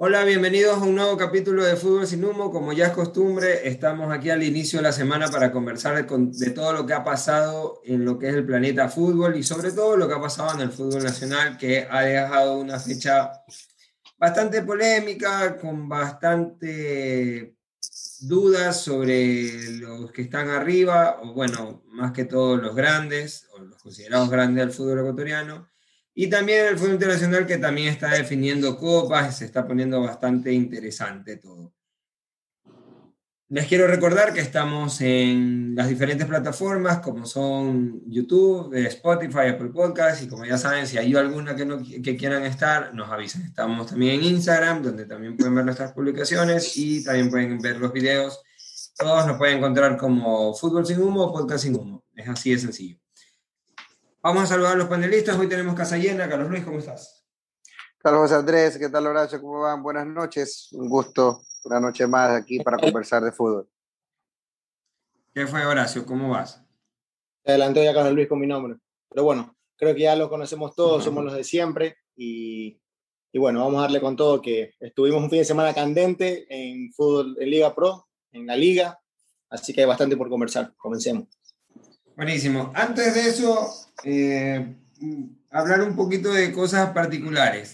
Hola, bienvenidos a un nuevo capítulo de Fútbol sin Humo. Como ya es costumbre, estamos aquí al inicio de la semana para conversar de todo lo que ha pasado en lo que es el planeta fútbol y sobre todo lo que ha pasado en el fútbol nacional, que ha dejado una fecha bastante polémica, con bastante dudas sobre los que están arriba, o bueno, más que todo los grandes, o los considerados grandes del fútbol ecuatoriano, y también el fútbol internacional que también está definiendo copas, se está poniendo bastante interesante todo. Les quiero recordar que estamos en las diferentes plataformas como son YouTube, Spotify, Apple Podcasts, y como ya saben, si hay alguna que quieran estar, nos avisen. Estamos también en Instagram, donde también pueden ver nuestras publicaciones y también pueden ver los videos. Todos nos pueden encontrar como Fútbol sin Humo o Podcast sin Humo. Es así de sencillo. Vamos a saludar a los panelistas. Hoy tenemos casa llena. Carlos Luis, ¿cómo estás? Carlos José Andrés, ¿qué tal Horacio? ¿Cómo van? Buenas noches. Un gusto, una noche más aquí para conversar de fútbol. ¿Qué fue, Horacio? ¿Cómo vas? Se adelantó ya Carlos Luis con mi nombre. Pero bueno, creo que ya lo conocemos todos, somos los de siempre. Y bueno, vamos a darle con todo, que estuvimos un fin de semana candente en fútbol, en Liga Pro, en la Liga. Así que hay bastante por conversar. Comencemos. Buenísimo. Antes de eso, hablar un poquito de cosas particulares.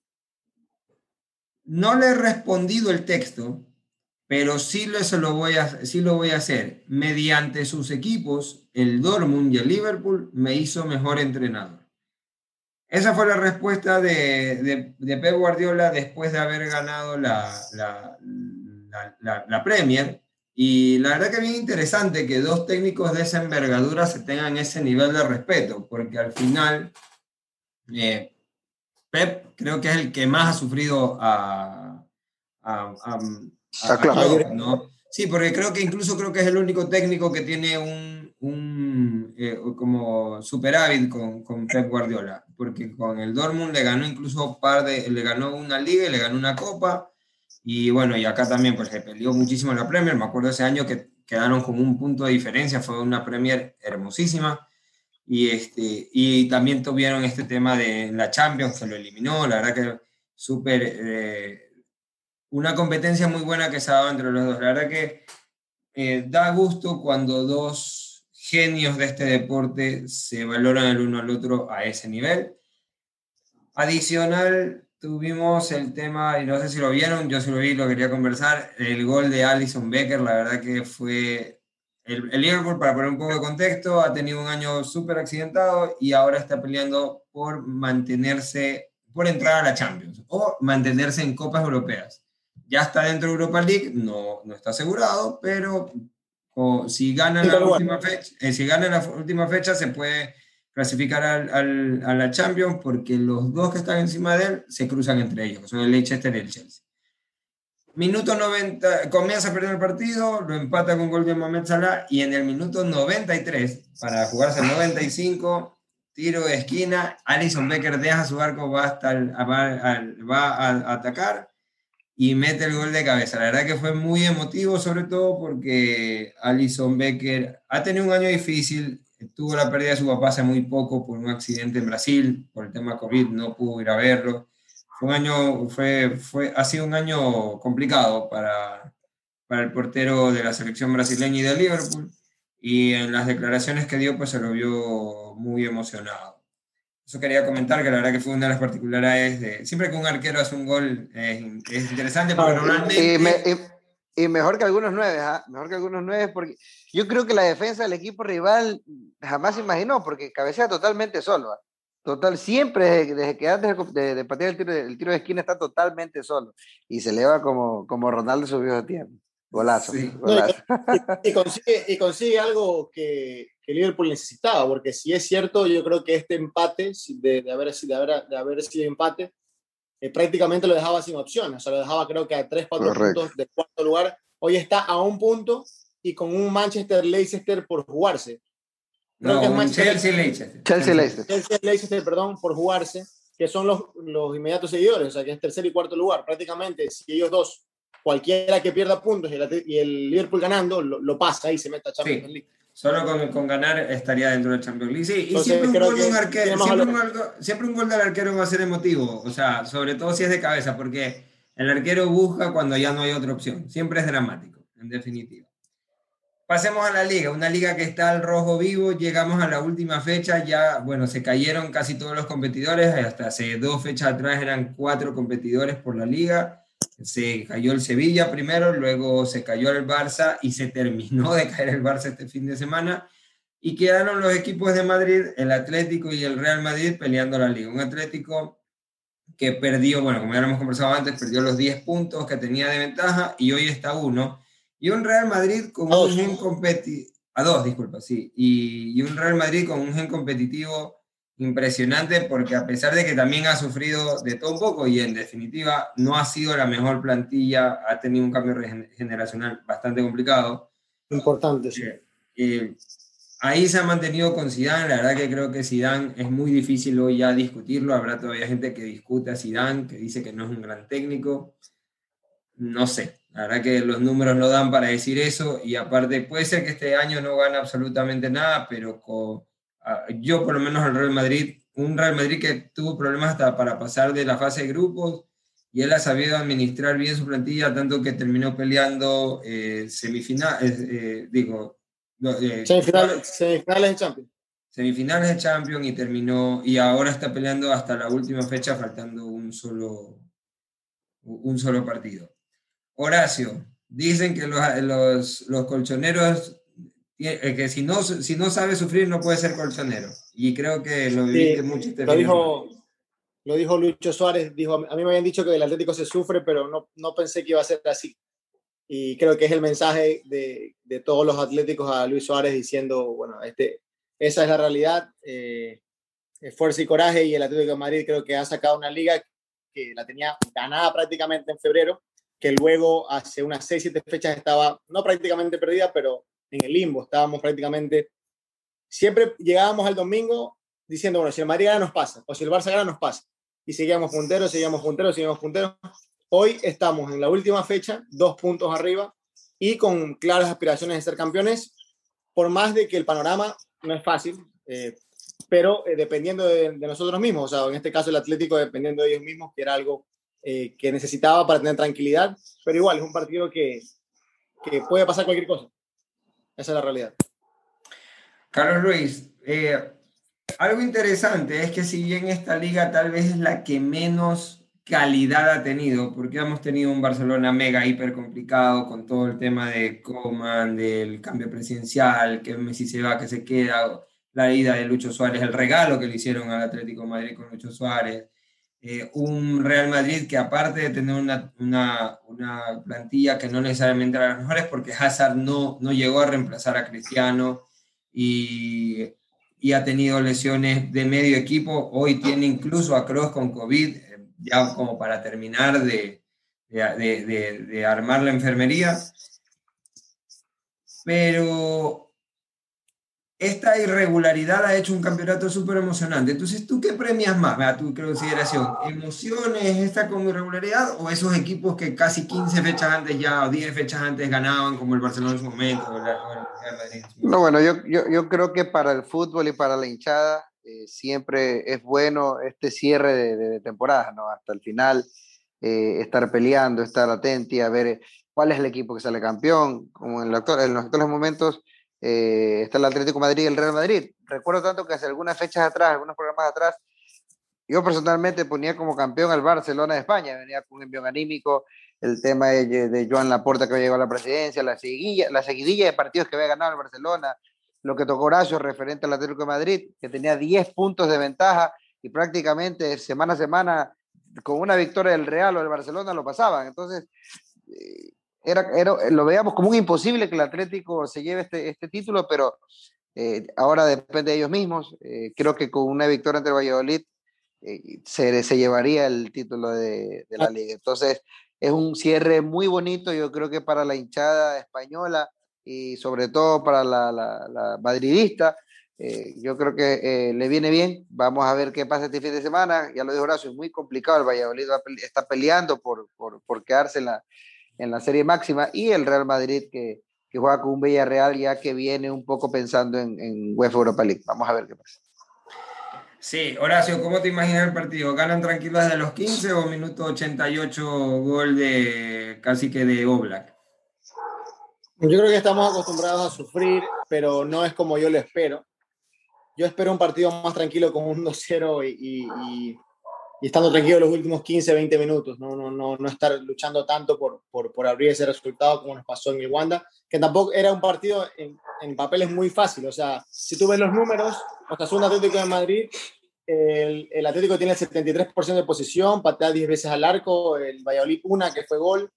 No le he respondido el texto, pero sí lo voy a hacer. Mediante sus equipos, el Dortmund y el Liverpool me hizo mejor entrenador. Esa fue la respuesta de Pep Guardiola después de haber ganado la Premier. Y la verdad que es bien interesante que dos técnicos de esa envergadura se tengan ese nivel de respeto, porque al final Pep creo que es el que más ha sufrido a Klopp, ¿no? Sí, porque creo que es el único técnico que tiene como superávit con Pep Guardiola, porque con el Dortmund le ganó incluso le ganó una liga y le ganó una copa, y bueno, y acá también pues se peleó muchísimo la Premier. Me acuerdo ese año que quedaron con un punto de diferencia, fue una Premier hermosísima. Y también tuvieron este tema de la Champions, que lo eliminó. La verdad que súper, una competencia muy buena que se ha dado entre los dos. La verdad que da gusto cuando dos genios de este deporte se valoran el uno al otro a ese nivel. Adicional, tuvimos el tema, y no sé si lo vieron, yo sí lo vi, lo quería conversar, el gol de Alisson Becker. La verdad que fue... El Liverpool, para poner un poco de contexto, ha tenido un año súper accidentado y ahora está peleando por mantenerse, por entrar a la Champions o mantenerse en copas europeas. Ya está dentro de Europa League, no está asegurado, pero si gana la última fecha, se puede clasificar a la Champions, porque los dos que están encima de él se cruzan entre ellos, que son el Leicester y el Chelsea. Minuto 90, comienza a perder el partido, lo empata con gol de Mohamed Salah, y en el minuto 93, para jugarse el 95, tiro de esquina, Alisson Becker deja su arco, va a atacar y mete el gol de cabeza. La verdad que fue muy emotivo, sobre todo porque Alisson Becker ha tenido un año difícil, tuvo la pérdida de su papá hace muy poco por un accidente en Brasil, por el tema COVID, no pudo ir a verlo. Ha sido un año complicado para el portero de la selección brasileña y de Liverpool, y en las declaraciones que dio pues se lo vio muy emocionado. Eso quería comentar, que la verdad que fue una de las particularidades siempre que un arquero hace un gol es interesante, porque normalmente... Y mejor que algunos nueve, ¿eh? Mejor que algunos nueve, porque yo creo que la defensa del equipo rival jamás se imaginó, porque cabecea totalmente solo, ¿eh? Total, siempre, desde que antes de patear el tiro de esquina está totalmente solo, y se eleva como Ronaldo su viejo tiempo. Golazo, sí. Golazo. Y consigue algo que Liverpool necesitaba, porque si es cierto, yo creo que este empate, de haber sido empate, prácticamente lo dejaba sin opciones. O sea, lo dejaba creo que a 3-4 puntos del cuarto lugar. Hoy está a un punto y con un Manchester-Leicester por jugarse. Creo que es Chelsea-Leicester, perdón, por jugarse, que son los inmediatos seguidores, o sea, que es tercer y cuarto lugar. Prácticamente, si ellos dos, cualquiera que pierda puntos y el Liverpool ganando, lo pasa y se mete a Champions League. Solo con ganar estaría dentro del Champions League. Sí, y entonces, siempre un gol del arquero va a ser emotivo, o sea, sobre todo si es de cabeza, porque El arquero busca cuando ya no hay otra opción. Siempre es dramático, en definitiva. Pasemos a la liga, una liga que está al rojo vivo. Llegamos a la última fecha, ya, bueno, se cayeron casi todos los competidores. Hasta hace 2 fechas atrás eran 4 competidores por la liga. Se cayó el Sevilla primero, luego se cayó el Barça y se terminó de caer el Barça este fin de semana. Y quedaron los equipos de Madrid, el Atlético y el Real Madrid peleando la liga. Un Atlético que perdió, bueno, como ya lo hemos conversado antes, perdió los 10 puntos que tenía de ventaja y hoy está a 1. Y un Real Madrid con un gen competitivo, a 2, disculpa, sí. Y un Real Madrid con un gen competitivo impresionante, porque a pesar de que también ha sufrido de todo un poco y en definitiva no ha sido la mejor plantilla, ha tenido un cambio generacional bastante complicado. Importante, sí. Ahí se ha mantenido con Zidane. La verdad que creo que Zidane es muy difícil hoy ya discutirlo. Habrá todavía gente que discute a Zidane, que dice que no es un gran técnico. No sé, la verdad que los números no dan para decir eso, y aparte puede ser que este año no gane absolutamente nada, pero yo por lo menos el Real Madrid, un Real Madrid que tuvo problemas hasta para pasar de la fase de grupos, y él ha sabido administrar bien su plantilla, tanto que terminó peleando semifinales de Champions. Semifinales de Champions y ahora está peleando hasta la última fecha, faltando un solo partido. Horacio, dicen que los colchoneros, que si no sabe sufrir no puede ser colchonero. Y creo que lo viviste mucho este fin de semana. Lo dijo Lucho Suárez, a mí me habían dicho que el Atlético se sufre, pero no pensé que iba a ser así. Y creo que es el mensaje de todos los atléticos a Luis Suárez diciendo, bueno, esa es la realidad, fuerza y coraje, y el Atlético de Madrid creo que ha sacado una liga que la tenía ganada prácticamente en febrero, que luego hace unas 6-7 fechas estaba no prácticamente perdida, pero en el limbo. Estábamos prácticamente, siempre llegábamos al domingo diciendo, bueno, si el Madrid gana nos pasa, o si el Barça gana nos pasa, y seguíamos punteros. Hoy estamos en la última fecha, 2 puntos arriba y con claras aspiraciones de ser campeones, por más de que el panorama no es fácil, pero dependiendo de nosotros mismos, o sea, en este caso el Atlético dependiendo de ellos mismos, que era algo que necesitaba para tener tranquilidad, pero igual es un partido que puede pasar cualquier cosa. Esa es la realidad. Carlos Luis, algo interesante es que si bien esta liga tal vez es la que menos calidad ha tenido, porque hemos tenido un Barcelona mega hiper complicado con todo el tema de Koeman, del cambio presidencial, que Messi se va, que se queda, la ida de Lucho Suárez, el regalo que le hicieron al Atlético de Madrid con Lucho Suárez, un Real Madrid que aparte de tener una plantilla que no necesariamente era la mejor, es porque Hazard no llegó a reemplazar a Cristiano y ha tenido lesiones de medio equipo. Hoy tiene incluso a Kroos con COVID, ya como para terminar de armar la enfermería. Pero esta irregularidad ha hecho un campeonato súper emocionante. Entonces, ¿tú qué premias más a tu consideración? ¿Emociones, esta como irregularidad, o esos equipos que casi 15 fechas antes ya o 10 fechas antes ganaban, como el Barcelona en su momento o el Real Madrid en su momento? No, bueno, yo creo que para el fútbol y para la hinchada siempre es bueno este cierre de temporada, ¿no? Hasta el final, estar peleando, estar atento y a ver cuál es el equipo que sale campeón. Como en los actuales momentos está el Atlético de Madrid y el Real Madrid. Recuerdo tanto que hace algunas fechas atrás, algunos programas atrás, yo personalmente ponía como campeón al Barcelona de España. Venía con un envío anímico, el tema de Joan Laporta que había llegado a la presidencia, la seguidilla de partidos que había ganado el Barcelona, lo que tocó Horacio referente al Atlético de Madrid, que tenía 10 puntos de ventaja y prácticamente semana a semana con una victoria del Real o del Barcelona lo pasaban. Entonces, lo veíamos como un imposible que el Atlético se lleve este título, pero ahora depende de ellos mismos. Creo que con una victoria ante el Valladolid se llevaría el título de la liga. Entonces, es un cierre muy bonito, yo creo que para la hinchada española y sobre todo para la madridista. Yo creo que le viene bien. Vamos a ver qué pasa este fin de semana. Ya lo dijo Horacio, es muy complicado. El Valladolid está peleando por quedarse en la serie máxima, y el Real Madrid que juega con un Villarreal ya que viene un poco pensando en UEFA Europa League. Vamos a ver qué pasa. Sí, Horacio, ¿cómo te imaginas el partido? ¿Ganan tranquilos desde los 15 o minuto 88 gol de casi que de Oblak? Yo creo que estamos acostumbrados a sufrir, pero no es como yo lo espero. Yo espero un partido más tranquilo con un 2-0 y estando tranquilo los últimos 15, 20 minutos, no estar luchando tanto por abrir ese resultado como nos pasó en el Wanda, que tampoco era un partido en papeles muy fácil. O sea, si tú ves los números, Osasuna Atlético de Madrid, el Atlético tiene el 73% de posesión, patea 10 veces al arco, el Valladolid una que fue gol.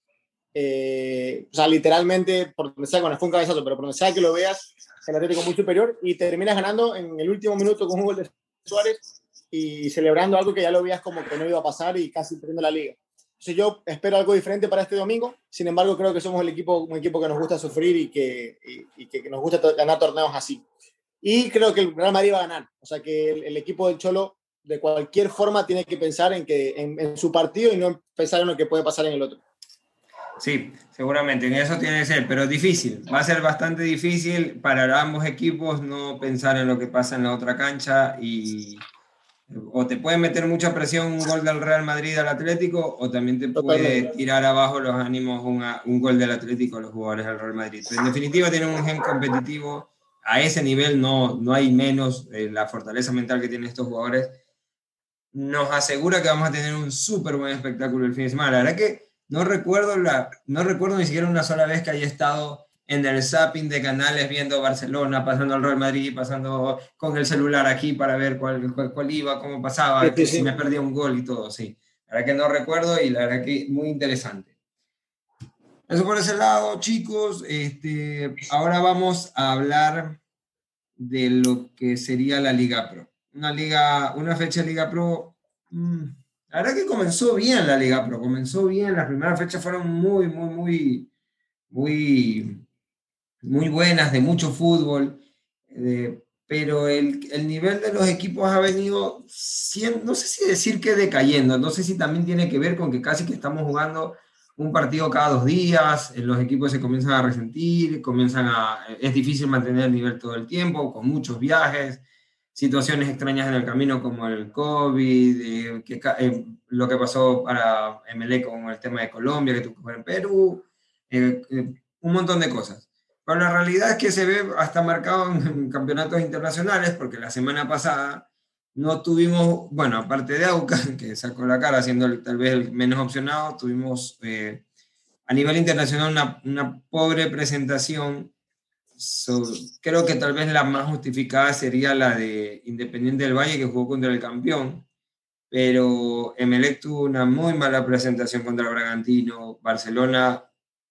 O sea, literalmente, por donde sea, bueno, fue un cabezazo, pero por donde sea que lo veas, el Atlético muy superior y terminas ganando en el último minuto con un gol de Suárez y celebrando algo que ya lo veías como que no iba a pasar y casi perdiendo la liga. Entonces yo espero algo diferente para este domingo, sin embargo creo que somos un equipo que nos gusta sufrir y que nos gusta ganar torneos así. Y creo que el Real Madrid va a ganar, o sea que el equipo del Cholo de cualquier forma tiene que pensar en su partido y no pensar en lo que puede pasar en el otro. Sí, seguramente, en eso tiene que ser, pero difícil. Va a ser bastante difícil para ambos equipos no pensar en lo que pasa en la otra cancha y o te puede meter mucha presión un gol del Real Madrid al Atlético o también te puede Totalmente. tirar abajo los ánimos un gol del Atlético a los jugadores del Real Madrid. Pero en definitiva tienen un gen competitivo a ese nivel, no hay menos. La fortaleza mental que tienen estos jugadores nos asegura que vamos a tener un súper buen espectáculo el fin de semana. La verdad que no recuerdo ni siquiera una sola vez que haya estado en el zapping de canales viendo Barcelona, pasando al Real Madrid, pasando con el celular aquí para ver cuál iba, cómo Sí, pasaba, sí, que si sí. me perdía un gol y todo, sí. La verdad que no recuerdo y la verdad que muy interesante. Eso por ese lado, chicos. Ahora vamos a hablar de lo que sería la Liga Pro. Una fecha de Liga Pro. La verdad que comenzó bien la Liga Pro, comenzó bien. Las primeras fechas fueron muy, muy buenas, de mucho fútbol. Pero el nivel de los equipos ha venido siendo, no sé si decir que decayendo, no sé si también tiene que ver con que casi que estamos jugando un partido cada 2 días, los equipos se comienzan a resentir, es difícil mantener el nivel todo el tiempo, con muchos viajes, situaciones extrañas en el camino como el COVID, lo que pasó para MLE con el tema de Colombia, que tuvo que jugar en Perú, un montón de cosas. Pero la realidad es que se ve hasta marcado en campeonatos internacionales, porque la semana pasada no tuvimos, bueno, aparte de Aucas, que sacó la cara siendo tal vez el menos opcionado, tuvimos a nivel internacional una pobre presentación. Creo que tal vez la más justificada sería la de Independiente del Valle, que jugó contra el campeón, pero Emelec tuvo una muy mala presentación contra el Bragantino. Barcelona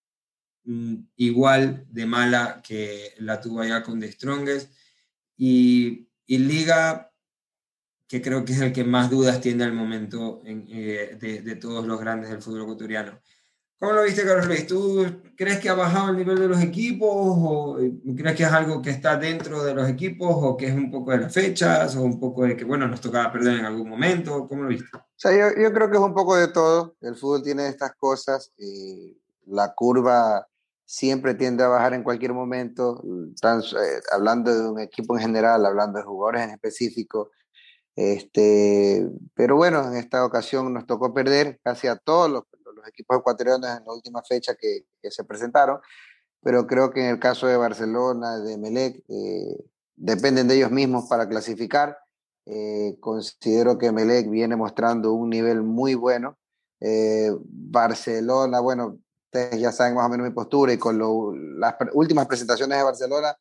igual de mala que la tuvo allá con The Strongest. Y Liga, que creo que es el que más dudas tiene al momento de todos los grandes del fútbol ecuatoriano. ¿Cómo lo viste, Carlos Luis? ¿Tú crees que ha bajado el nivel de los equipos o crees que es algo que está dentro de los equipos o que es un poco de las fechas o un poco de que, bueno, nos tocaba perder en algún momento? ¿Cómo lo viste? O sea, yo creo que es un poco de todo. El fútbol tiene estas cosas y la curva siempre tiende a bajar en cualquier momento. Hablando de un equipo en general, hablando de jugadores en específico. Pero bueno, en esta ocasión nos tocó perder casi a todos los equipos ecuatorianos en la última fecha que se presentaron. Pero creo que en el caso de Barcelona, de Emelec, dependen de ellos mismos para clasificar. Considero que Emelec viene mostrando un nivel muy bueno. Barcelona, bueno, ustedes ya saben más o menos mi postura y con las últimas presentaciones de Barcelona,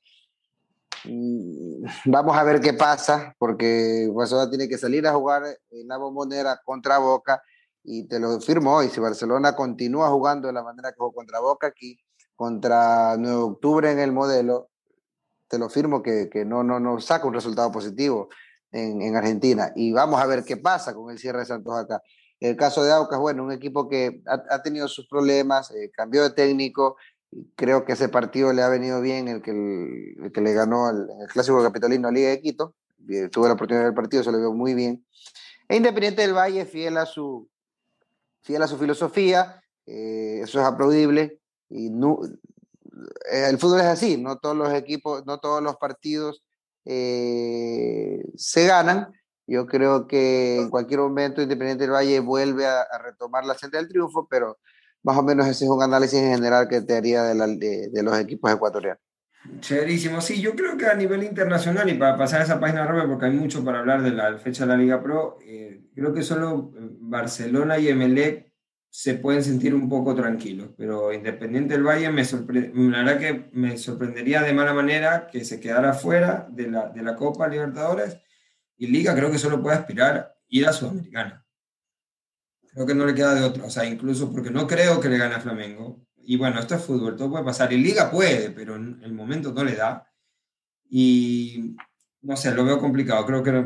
vamos a ver qué pasa, porque Barcelona tiene que salir a jugar en la Bombonera contra Boca y te lo firmo hoy, si Barcelona continúa jugando de la manera que jugó contra Boca aquí, contra 9 de octubre en el Modelo, te lo firmo que no saca un resultado positivo en Argentina. Y vamos a ver qué pasa con el cierre de Santos acá. El caso de Aucas, bueno, un equipo que ha tenido sus problemas, cambió de técnico, creo que ese partido le ha venido bien, el que le ganó el clásico capitalino a Liga de Quito, tuve la oportunidad del partido, se lo vio muy bien. E Independiente del Valle, fiel a su filosofía, eso es aplaudible, y no, el fútbol es así, no todos los equipos, no todos los partidos se ganan, Yo creo que en cualquier momento Independiente del Valle vuelve a retomar la senda del triunfo, pero más o menos ese es un análisis en general que te haría de los equipos ecuatorianos. Chéverísimo. Sí, yo creo que a nivel internacional, y para pasar a esa página web, porque hay mucho para hablar de la fecha de la Liga Pro, creo que solo Barcelona y Emelec se pueden sentir un poco tranquilos, pero Independiente del Valle la verdad que me sorprendería de mala manera que se quedara fuera de la Copa Libertadores, y Liga creo que solo puede aspirar a ir a Sudamericana. Creo que no le queda de otra, o sea, incluso porque no creo que le gane a Flamengo. Y bueno, esto es fútbol, todo puede pasar. Y Liga puede, pero en el momento no le da. Y no sé, lo veo complicado. Creo que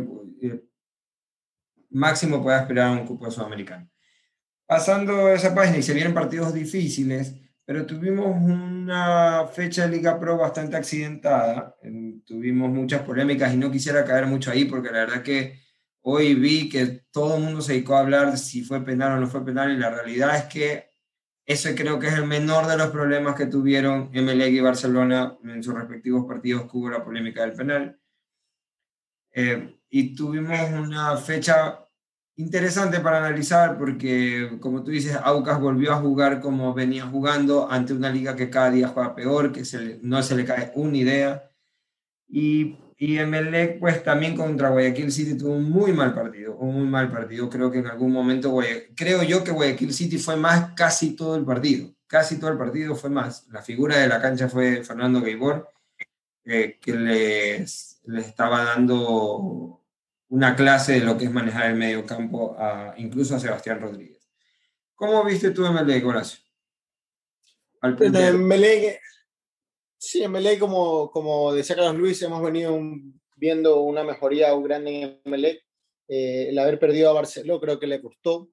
máximo puede aspirar a un cupo sudamericano. Pasando a esa página, y se vienen partidos difíciles, pero tuvimos una fecha de Liga Pro bastante accidentada. Tuvimos muchas polémicas y no quisiera caer mucho ahí porque la verdad que hoy vi que todo el mundo se dedicó a hablar si fue penal o no fue penal, y la realidad es que ese creo que es el menor de los problemas que tuvieron Emelec y Barcelona en sus respectivos partidos, que hubo la polémica del penal. Y tuvimos una fecha interesante para analizar porque, como tú dices, Aucas volvió a jugar como venía jugando ante una liga que cada día juega peor, que no se le cae una idea. Y Emelec, pues también contra Guayaquil City tuvo un muy mal partido. Creo que en algún momento, creo yo que Guayaquil City fue más casi todo el partido fue más. La figura de la cancha fue Fernando Gaibor, que les estaba dando una clase de lo que es manejar el medio campo, incluso a Sebastián Rodríguez. ¿Cómo viste tú Emelec, Horacio? Al puntero. Emelec, sí, Emelec, como decía Carlos Luis, hemos venido viendo una mejoría grande en Emelec. El haber perdido a Barcelona creo que le costó.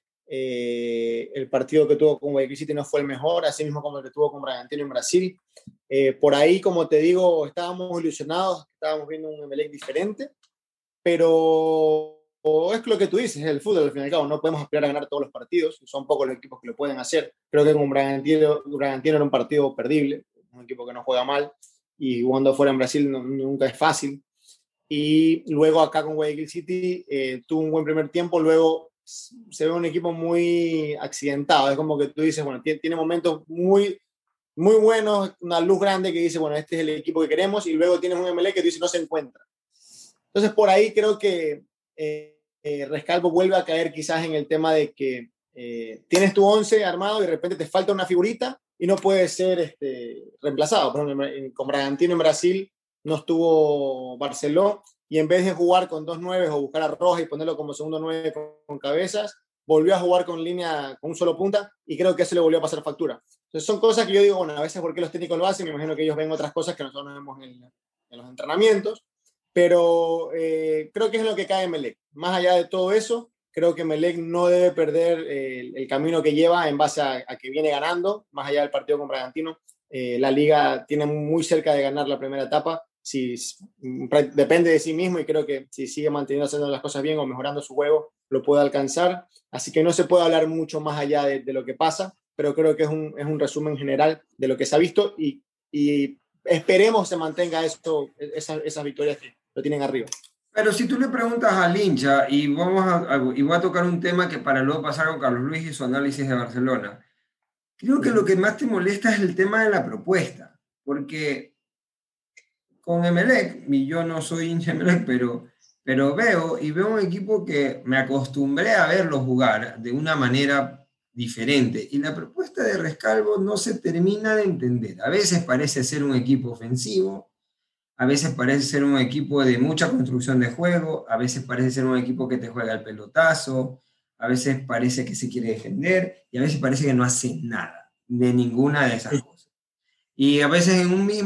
El partido que tuvo con Guayaquil City no fue el mejor, así mismo como el que tuvo con Bragantino en Brasil. Por ahí, como te digo, estábamos ilusionados, estábamos viendo un Emelec diferente, pero es lo que tú dices, es el fútbol, al fin y al cabo, no podemos aspirar a ganar todos los partidos, son pocos los equipos que lo pueden hacer. Creo que con Bragantino era un partido perdible, un equipo que no juega mal, y jugando fuera en Brasil nunca es fácil. Y luego acá con Guayaquil City tuvo un buen primer tiempo, luego se ve un equipo muy accidentado, es como que tú dices, bueno, tiene momentos muy, muy buenos, una luz grande que dice, bueno, este es el equipo que queremos, y luego tienes un MLE que tú dices, no se encuentra. Entonces, por ahí creo que Rescalvo vuelve a caer quizás en el tema de que tienes tu 11 armado y de repente te falta una figurita y no puede ser reemplazado. Por ejemplo, con Bragantino en Brasil no estuvo Barceló, y en vez de jugar con 2 9 o buscar a Roja y ponerlo como segundo 9 con Cabezas, volvió a jugar con línea, con un solo punta, y creo que eso le volvió a pasar factura. Entonces son cosas que yo digo, bueno, a veces porque los técnicos lo hacen, me imagino que ellos ven otras cosas que nosotros no vemos en los entrenamientos, pero creo que es en lo que cae Emelec. Más allá de todo eso, creo que Emelec no debe perder el camino que lleva en base a que viene ganando, más allá del partido con Bragantino. La liga tiene muy cerca de ganar la primera etapa, depende de sí mismo, y creo que si sigue manteniendo haciendo las cosas bien o mejorando su juego, lo puede alcanzar. Así que no se puede hablar mucho más allá de lo que pasa, pero creo que es un resumen general de lo que se ha visto, y esperemos se mantenga esas victorias que lo tienen arriba. Pero si tú le preguntas al hincha, y voy a tocar un tema que para luego pasar con Carlos Luis y su análisis de Barcelona, creo que lo que más te molesta es el tema de la propuesta, porque con Emelec, y yo no soy hincha de Emelec, pero veo un equipo que me acostumbré a verlo jugar de una manera diferente, y la propuesta de Rescalvo no se termina de entender. A veces parece ser un equipo ofensivo, a veces parece ser un equipo de mucha construcción de juego, a veces parece ser un equipo que te juega el pelotazo, a veces parece que se quiere defender, y a veces parece que no hace nada de ninguna de esas cosas. Y a veces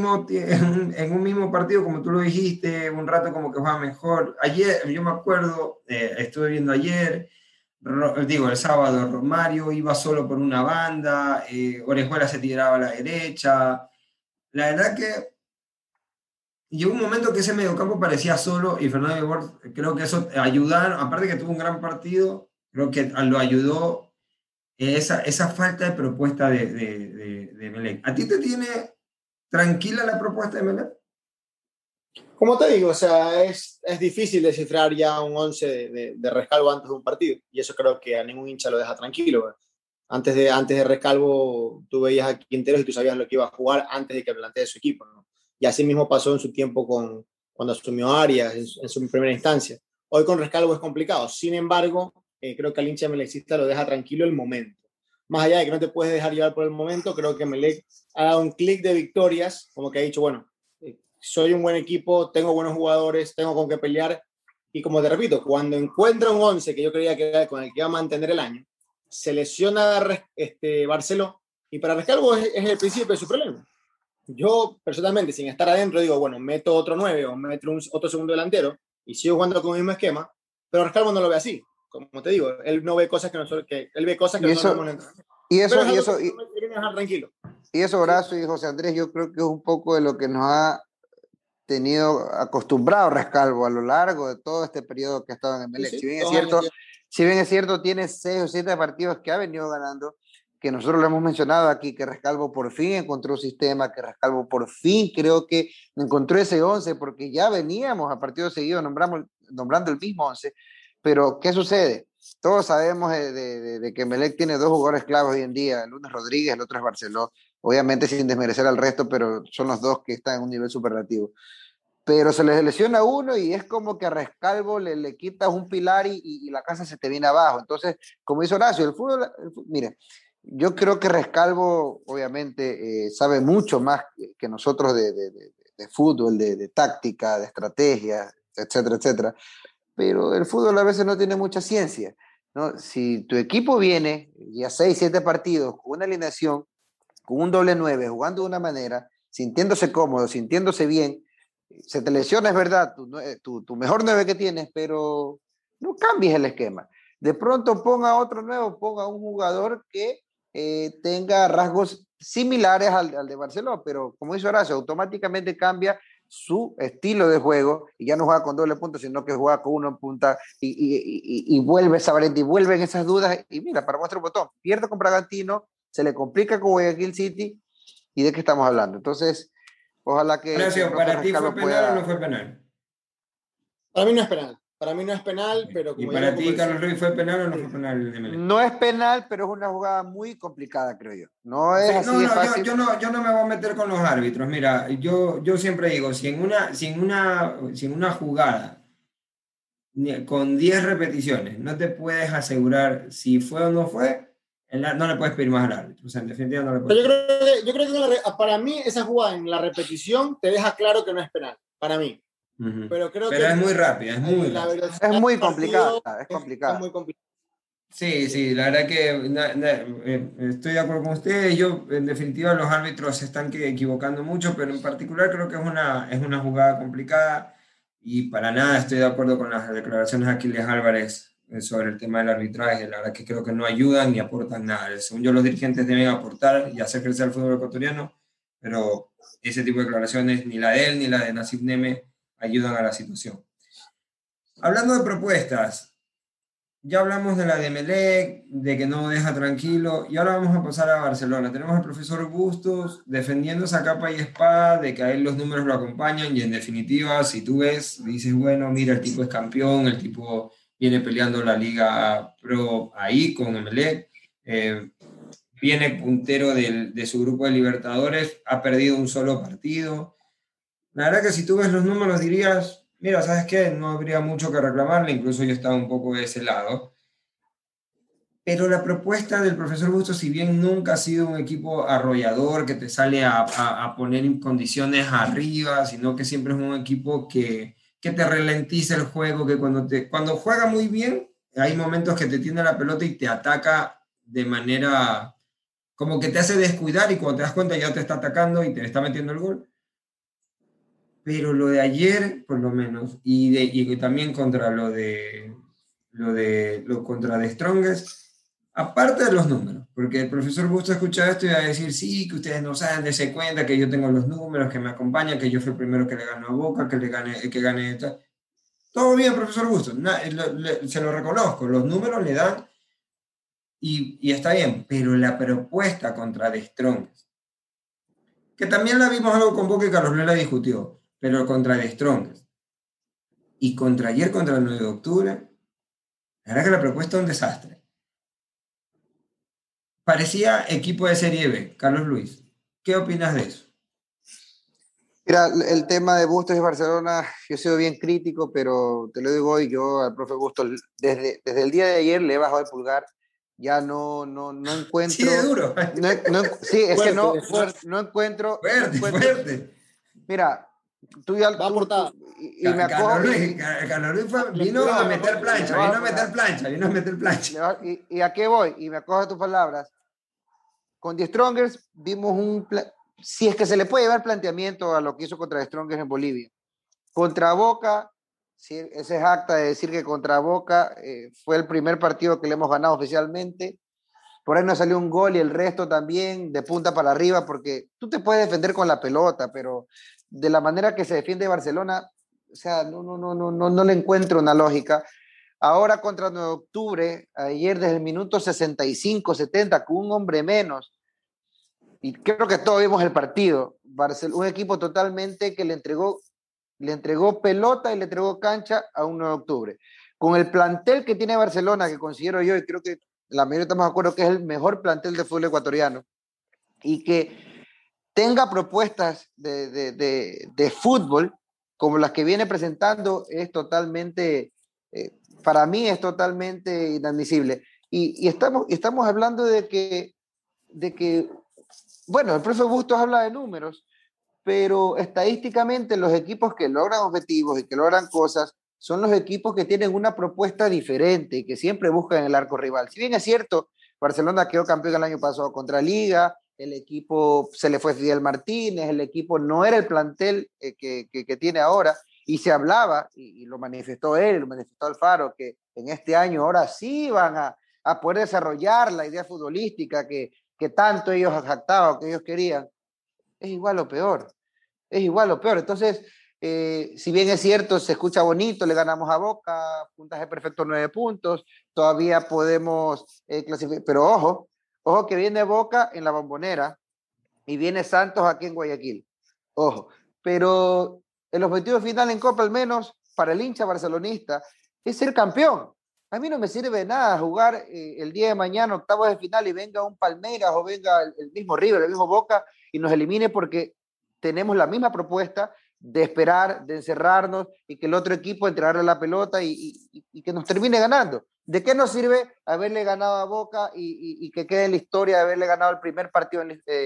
en un mismo partido, como tú lo dijiste, un rato como que juega mejor. Ayer, yo me acuerdo, estuve viendo ayer, el sábado, Romario iba solo por una banda, Orejuela se tiraba a la derecha. La verdad que llegó un momento que ese mediocampo parecía solo, y Fernando Ibor, creo que eso ayudaron, aparte que tuvo un gran partido, creo que lo ayudó esa falta de propuesta de Melec. ¿A ti te tiene tranquila la propuesta de Melec? Como te digo, o sea, es difícil descifrar ya un 11 de Rescalvo antes de un partido. Y eso creo que a ningún hincha lo deja tranquilo, ¿verdad? Antes de Rescalvo, tú veías a Quinteros y tú sabías lo que iba a jugar antes de que plantee su equipo, ¿no? Y así mismo pasó en su tiempo cuando asumió Arias en su primera instancia. Hoy con Rescalvo es complicado. Sin embargo, creo que al hincha melecista lo deja tranquilo el momento. Más allá de que no te puedes dejar llevar por el momento, creo que Melec ha dado un clic de victorias, como que ha dicho, bueno, soy un buen equipo, tengo buenos jugadores, tengo con qué pelear. Y como te repito, cuando encuentra un 11 que yo creía que era con el que iba a mantener el año, se lesiona Barceló y para Rescalvo es el principio de su problema. Yo, personalmente, sin estar adentro, digo, bueno, meto otro 9 o meto otro segundo delantero y sigo jugando con el mismo esquema, pero Rescalvo no lo ve así. Como te digo, él no ve cosas él ve cosas que Y nosotros eso, vemos en el entrenamiento. y Pero eso, es y algo que eso, y, me quieren dejar tranquilo. y eso, Horacio y José Andrés, yo creo que es un poco de lo que nos ha tenido acostumbrado Rescalvo a lo largo de todo este periodo que ha estado en Sí, Emelec. sí, 2 años. Si bien es cierto, tiene 6 o 7 partidos que ha venido ganando, que nosotros lo hemos mencionado aquí, que Rescalvo por fin encontró un sistema, que Rescalvo por fin creo que encontró ese 11, porque ya veníamos a partidos seguidos nombrando el mismo 11, pero ¿qué sucede? Todos sabemos de que Emelec tiene 2 jugadores claves hoy en día, el uno es Rodríguez, el otro es Barceló, obviamente sin desmerecer al resto, pero son los dos que están en un nivel superlativo, pero se les lesiona uno y es como que a Rescalvo le quitas un pilar y la casa se te viene abajo. Entonces, como dice Horacio, mire, yo creo que Rescalvo obviamente sabe mucho más que nosotros de fútbol, de táctica, de estrategia, etcétera, etcétera, pero el fútbol a veces no tiene mucha ciencia, ¿no? Si tu equipo viene ya 6, 7 partidos con una alineación, con un doble 9, jugando de una manera, sintiéndose cómodo, sintiéndose bien, se te lesiona, es verdad, tu mejor 9 que tienes, pero no cambies el esquema. De pronto ponga otro nuevo, ponga un jugador que tenga rasgos similares al de Barcelona, pero como dice Horacio, automáticamente cambia su estilo de juego y ya no juega con doble punta, sino que juega con uno en punta y vuelve Sabarente y vuelven esas dudas. Y mira, para muestra un botón, pierde con Bragantino, se le complica con Guayaquil City y de qué estamos hablando. Entonces, ojalá que el Horacio, profe ¿para ti fue Rescalvo penal o no pueda. fue penal? Para mí no es penal. Para mí no es penal, Okay. pero ¿Y como ya lo para ti, conversé. Carlos Ruiz, fue penal o no Sí, fue penal el Emelec? No es penal, pero es una jugada muy complicada, creo yo. No es Sí, así no, de no, fácil. yo no me voy a meter con los árbitros. Mira, yo siempre digo, si en una jugada con 10 repeticiones no te puedes asegurar si fue o no fue, no le puedes pedir más al árbitro. O sea, en definitiva no le puedes pero pedir. yo creo que para mí esa jugada en la repetición te deja claro que no es penal, para mí. Ujú. Pero creo Pero es que muy rápida, es muy en la rápida. Es velocidad del muy complicada, partido es es complicada. muy complicado. Sí, Sí. sí, la verdad que estoy de acuerdo con ustedes. Yo, en definitiva, los árbitros se están equivocando mucho, pero en particular creo que es una jugada complicada y para nada estoy de acuerdo con las declaraciones de Aquiles Álvarez sobre el tema del arbitraje. La verdad que creo que no ayudan ni aportan nada. Según yo, los dirigentes deben aportar y hacer crecer el fútbol ecuatoriano, pero ese tipo de declaraciones, ni la de él ni la de Nasib Neme, ayudan a la situación. Hablando de propuestas. Ya hablamos de la de Melec, de que no deja tranquilo, y ahora vamos a pasar a Barcelona. Tenemos al profesor Bustos defendiendo esa capa y espada, de que a él los números lo acompañan, y en definitiva, si tú ves, dices, bueno, mira, el tipo es campeón, el tipo viene peleando la Liga Pro ahí con Emelec, viene puntero de su grupo de Libertadores, ha perdido un solo partido. La verdad que si tú ves los números dirías, mira, ¿sabes qué? No habría mucho que reclamarle, incluso yo estaba un poco de ese lado. Pero la propuesta del profesor Bustos, si bien nunca ha sido un equipo arrollador que te sale a poner en condiciones arriba, sino que siempre es un equipo que te ralentiza el juego, que cuando juega muy bien, hay momentos que te tiene la pelota y te ataca de manera como que te hace descuidar y cuando te das cuenta ya te está atacando y te está metiendo el gol. Pero lo de ayer, por lo menos, y también contra lo contra The Strongest, aparte de los números, porque el profesor Busto escucha esto y va a decir, sí, que ustedes no saben, dense cuenta que yo tengo los números, que me acompañan, que yo fui el primero que le ganó a Boca, que gané tal. Todo bien, profesor Busto, se lo reconozco, los números le dan y está bien, pero la propuesta contra The Strongest, que también la vimos algo con Boca y Carlos Lela discutió. pero contra el Strongest. Y ayer contra el 9 de octubre, la verdad que la propuesta es un desastre. Parecía equipo de Serie B. Carlos Luis, ¿qué opinas de eso? Mira, el tema de Bustos y Barcelona, yo he sido bien crítico, pero te lo digo hoy, yo al profe Bustos, desde el día de ayer le he bajado el pulgar, ya no encuentro... Sí, de duro. Sí, es Fuerte, que no fuerte. Fuerte. Mira, tú ya... Va a aportar. Y me acojo... Carlos Luis vino a meter plancha. ¿Y a qué voy? Y me acojo a tus palabras. Con The Strongers vimos si es que se le puede llevar planteamiento a lo que hizo contra The Strongers en Bolivia. Contra Boca, sí, ese es acta de decir que contra Boca fue el primer partido que le hemos ganado oficialmente. Por ahí nos salió un gol y el resto también de punta para arriba, porque tú te puedes defender con la pelota, pero de la manera que se defiende Barcelona, o sea, no le encuentro una lógica. Ahora contra 9 de octubre, ayer desde el minuto 65, 70, con un hombre menos, y creo que todos vimos el partido, un equipo totalmente que le entregó pelota y le entregó cancha a un 9 de octubre. Con el plantel que tiene Barcelona, que considero yo, y creo que la mayoría estamos de acuerdo que es el mejor plantel de fútbol ecuatoriano, y que tenga propuestas de fútbol como las que viene presentando, es totalmente, para mí es totalmente inadmisible. Y estamos hablando de que, bueno, el profe Bustos habla de números, pero estadísticamente los equipos que logran objetivos y que logran cosas son los equipos que tienen una propuesta diferente y que siempre buscan el arco rival. Si bien es cierto, Barcelona quedó campeón el año pasado contra Liga, el equipo se le fue Fidel Martínez, el equipo no era el plantel que tiene ahora, y se hablaba, y lo manifestó él, lo manifestó Alfaro, que en este año ahora sí van a poder desarrollar la idea futbolística que tanto ellos jactaban, que ellos querían. Es igual o peor. Es igual o peor. Entonces, si bien es cierto, se escucha bonito, le ganamos a Boca, puntaje perfecto 9 puntos, todavía podemos clasificar, pero ojo que viene Boca en la Bombonera y viene Santos aquí en Guayaquil. Ojo, pero el objetivo final en Copa, al menos para el hincha barcelonista, es ser campeón. A mí no me sirve de nada jugar el día de mañana, octavos de final, y venga un Palmeiras o venga el mismo River, el mismo Boca, y nos elimine porque tenemos la misma propuesta de esperar, de encerrarnos y que el otro equipo entregarle la pelota y que nos termine ganando. ¿De qué nos sirve haberle ganado a Boca y que quede en la historia de haberle ganado el primer partido